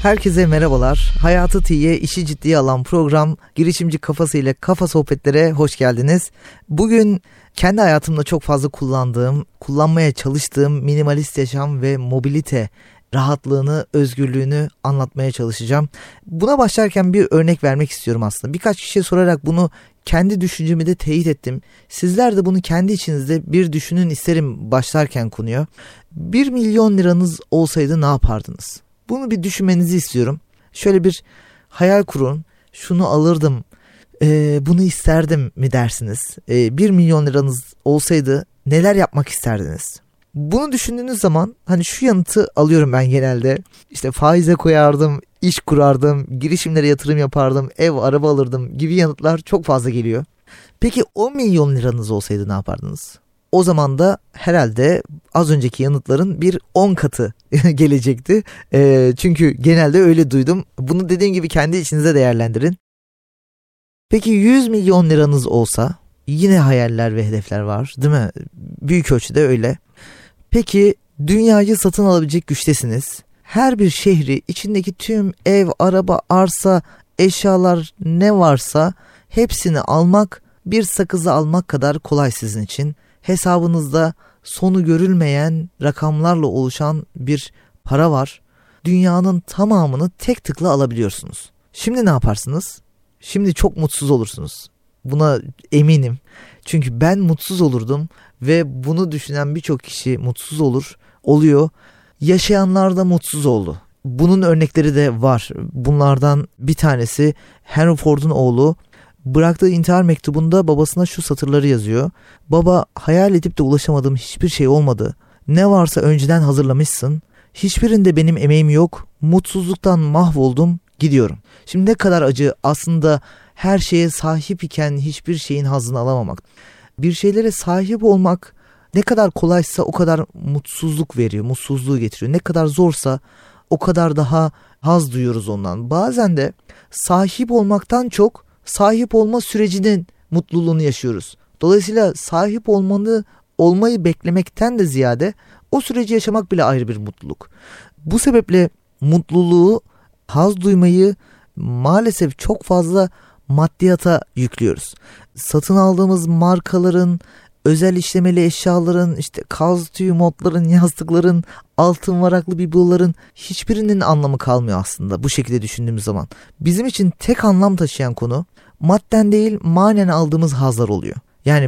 Herkese merhabalar. Hayatı tiye, işi ciddiye alan program Girişimci Kafası ile Kafa Sohbetlere hoş geldiniz. Bugün kendi hayatımda çok fazla kullanmaya çalıştığım minimalist yaşam ve mobilite rahatlığını, özgürlüğünü anlatmaya çalışacağım. Buna başlarken bir örnek vermek istiyorum aslında. Birkaç kişiye sorarak bunu kendi düşüncemi de teyit ettim. Sizler de bunu kendi içinizde bir düşünün isterim başlarken konuya. 1 milyon liranız olsaydı ne yapardınız? Bunu bir düşünmenizi istiyorum. Şöyle bir hayal kurun. Şunu alırdım, bunu isterdim mi dersiniz? 1 milyon liranız olsaydı neler yapmak isterdiniz? Bunu düşündüğünüz zaman hani şu yanıtı alıyorum ben genelde. İşte faize koyardım, iş kurardım, girişimlere yatırım yapardım, ev, araba alırdım gibi yanıtlar çok fazla geliyor. Peki 10 milyon liranız olsaydı ne yapardınız? O zaman da herhalde az önceki yanıtların bir 10 katı gelecekti. Çünkü genelde öyle duydum. Bunu dediğim gibi kendi içinize değerlendirin. Peki 100 milyon liranız olsa yine hayaller ve hedefler var, değil mi? Büyük ölçüde öyle. Peki dünyayı satın alabilecek güçtesiniz. Her bir şehri, içindeki tüm ev, araba, arsa, eşyalar ne varsa hepsini almak, bir sakızı almak kadar kolay sizin için. Hesabınızda sonu görülmeyen rakamlarla oluşan bir para var. Dünyanın tamamını tek tıkla alabiliyorsunuz. Şimdi ne yaparsınız? Şimdi çok mutsuz olursunuz. Buna eminim. Çünkü ben mutsuz olurdum ve bunu düşünen birçok kişi mutsuz oluyor. Yaşayanlar da mutsuz oldu. Bunun örnekleri de var. Bunlardan bir tanesi Henry Ford'un oğlu. Bıraktığı intihar mektubunda babasına şu satırları yazıyor. Baba, hayal edip de ulaşamadığım hiçbir şey olmadı. Ne varsa önceden hazırlamışsın. Hiçbirinde benim emeğim yok. Mutsuzluktan mahvoldum, gidiyorum. Şimdi ne kadar acı aslında her şeye sahip iken hiçbir şeyin hazzını alamamak. Bir şeylere sahip olmak ne kadar kolaysa o kadar mutsuzluk veriyor, mutsuzluğu getiriyor. Ne kadar zorsa o kadar daha haz duyuyoruz ondan. Bazen de sahip olmaktan çok sahip olma sürecinin mutluluğunu yaşıyoruz. Dolayısıyla sahip olmayı beklemekten de ziyade o süreci yaşamak bile ayrı bir mutluluk. Bu sebeple mutluluğu, haz duymayı maalesef çok fazla maddiyata yüklüyoruz. Satın aldığımız markaların, özel işlemeli eşyaların, işte kaz tüyü montların, yastıkların, altın varaklı bibloların hiçbirinin anlamı kalmıyor aslında bu şekilde düşündüğümüz zaman. Bizim için tek anlam taşıyan konu madden değil manen aldığımız hazlar oluyor. Yani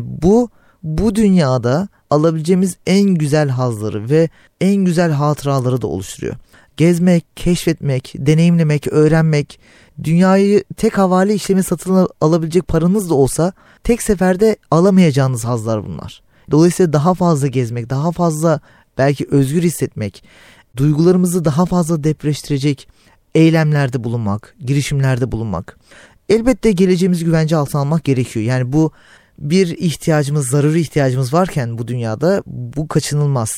bu dünyada alabileceğimiz en güzel hazları ve en güzel hatıraları da oluşturuyor. Gezmek, keşfetmek, deneyimlemek, öğrenmek, dünyayı tek havale işlemi satın alabilecek paranız da olsa tek seferde alamayacağınız hazlar bunlar. Dolayısıyla daha fazla gezmek, daha fazla belki özgür hissetmek, duygularımızı daha fazla depreştirecek eylemlerde bulunmak, girişimlerde bulunmak. Elbette geleceğimizi güvence altına almak gerekiyor. Yani bu bir ihtiyacımız, zaruri ihtiyacımız varken bu dünyada bu kaçınılmaz.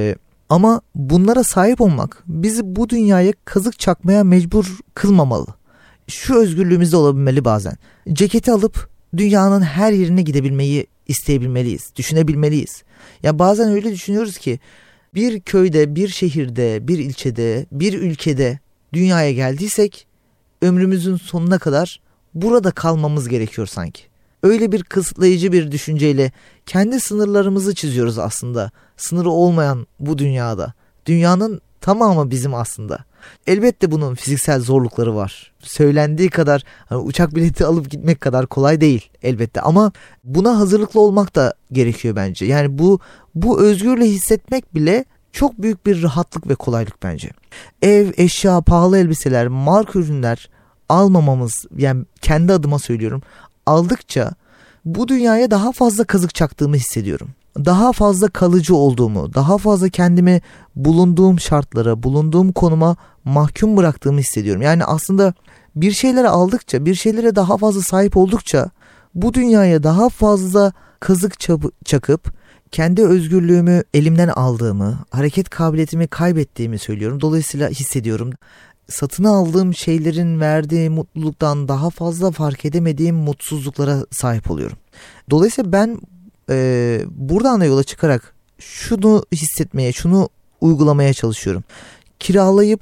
Ama bunlara sahip olmak bizi bu dünyaya kazık çakmaya mecbur kılmamalı. Şu özgürlüğümüz de olabilmeli bazen. Ceketi alıp dünyanın her yerine gidebilmeyi isteyebilmeliyiz, düşünebilmeliyiz. Ya bazen öyle düşünüyoruz ki bir köyde, bir şehirde, bir ilçede, bir ülkede dünyaya geldiysek ömrümüzün sonuna kadar burada kalmamız gerekiyor sanki. Öyle bir kısıtlayıcı bir düşünceyle kendi sınırlarımızı çiziyoruz aslında. Sınırı olmayan bu dünyada. Dünyanın tamamı bizim aslında. Elbette bunun fiziksel zorlukları var. Söylendiği kadar uçak bileti alıp gitmek kadar kolay değil elbette. Ama buna hazırlıklı olmak da gerekiyor bence. Yani bu özgürlüğü hissetmek bile çok büyük bir rahatlık ve kolaylık bence. Ev, eşya, pahalı elbiseler, marka ürünler almamamız, yani kendi adıma söylüyorum, aldıkça bu dünyaya daha fazla kazık çaktığımı hissediyorum. Daha fazla kalıcı olduğumu, daha fazla kendimi bulunduğum şartlara, bulunduğum konuma mahkum bıraktığımı hissediyorum. Yani aslında bir şeyleri aldıkça, bir şeylere daha fazla sahip oldukça bu dünyaya daha fazla kazık çakıp kendi özgürlüğümü elimden aldığımı, hareket kabiliyetimi kaybettiğimi söylüyorum. Dolayısıyla hissediyorum. Satın aldığım şeylerin verdiği mutluluktan daha fazla fark edemediğim mutsuzluklara sahip oluyorum. Dolayısıyla ben buradan da yola çıkarak şunu hissetmeye, şunu uygulamaya çalışıyorum. Kiralayıp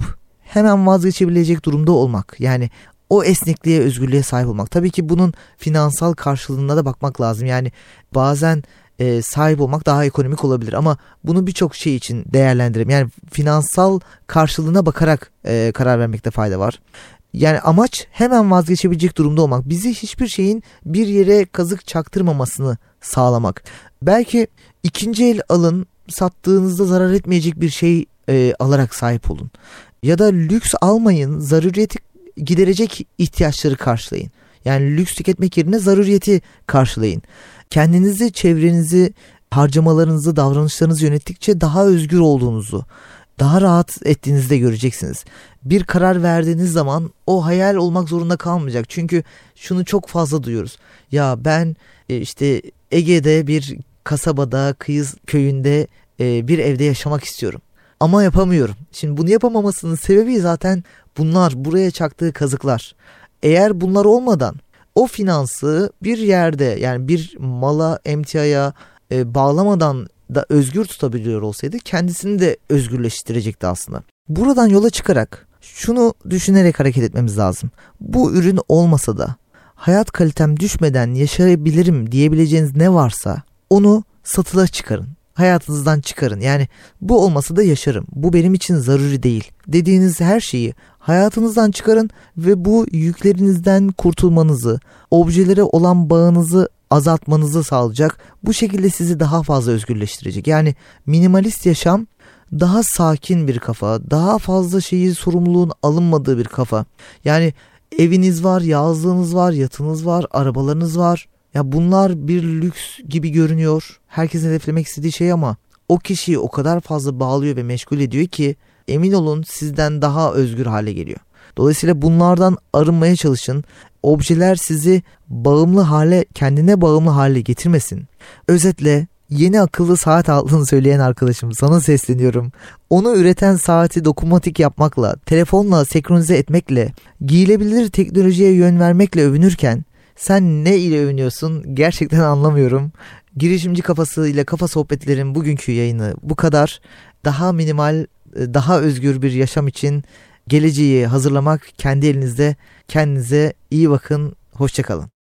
hemen vazgeçebilecek durumda olmak. Yani o esnekliğe, özgürlüğe sahip olmak. Tabii ki bunun finansal karşılığına da bakmak lazım. Yani bazen sahip olmak daha ekonomik olabilir ama bunu birçok şey için değerlendirelim. Yani finansal karşılığına bakarak karar vermekte fayda var. Yani amaç hemen vazgeçebilecek durumda olmak. Bizi hiçbir şeyin bir yere kazık çaktırmamasını sağlamak. Belki ikinci el alın, sattığınızda zarar etmeyecek bir şey alarak sahip olun. Ya da lüks almayın, zaruriyeti giderecek ihtiyaçları karşılayın. Yani lüks tüketmek yerine zaruriyeti karşılayın. Kendinizi, çevrenizi, harcamalarınızı, davranışlarınızı yönettikçe daha özgür olduğunuzu, daha rahat ettiğinizi de göreceksiniz. Bir karar verdiğiniz zaman o hayal olmak zorunda kalmayacak. Çünkü şunu çok fazla duyuyoruz. Ya ben işte Ege'de bir kasabada, kıyı köyünde bir evde yaşamak istiyorum. Ama yapamıyorum. Şimdi bunu yapamamasının sebebi zaten bunlar, buraya çaktığı kazıklar. Eğer bunlar olmadan o finansı bir yerde, yani bir mala, emtiaya bağlamadan da özgür tutabiliyor olsaydı kendisini de özgürleştirecekti aslında. Buradan yola çıkarak şunu düşünerek hareket etmemiz lazım. Bu ürün olmasa da hayat kalitem düşmeden yaşayabilirim diyebileceğiniz ne varsa onu satıla çıkarın. Hayatınızdan çıkarın. Yani bu olmasa da yaşarım. Bu benim için zaruri değil dediğiniz her şeyi hayatınızdan çıkarın ve bu yüklerinizden kurtulmanızı, objelere olan bağınızı azaltmanızı sağlayacak. Bu şekilde sizi daha fazla özgürleştirecek. Yani minimalist yaşam daha sakin bir kafa, daha fazla sorumluluğun alınmadığı bir kafa. Yani eviniz var, yazlığınız var, yatınız var, arabalarınız var. Ya bunlar bir lüks gibi görünüyor. Herkesin hedeflemek istediği şey ama o kişiyi o kadar fazla bağlıyor ve meşgul ediyor ki emin olun sizden daha özgür hale geliyor. Dolayısıyla bunlardan arınmaya çalışın. Objeler sizi bağımlı hale, kendine bağımlı hale getirmesin. Özetle yeni akıllı saat aldığını söyleyen arkadaşım, sana sesleniyorum. Onu üreten saati dokunmatik yapmakla, telefonla senkronize etmekle, giyilebilir teknolojiye yön vermekle övünürken sen ne ile övünüyorsun gerçekten anlamıyorum. Girişimci kafasıyla kafa sohbetlerin bugünkü yayını bu kadar. Daha minimal, daha özgür bir yaşam için geleceği hazırlamak kendi elinizde. Kendinize iyi bakın. Hoşça kalın.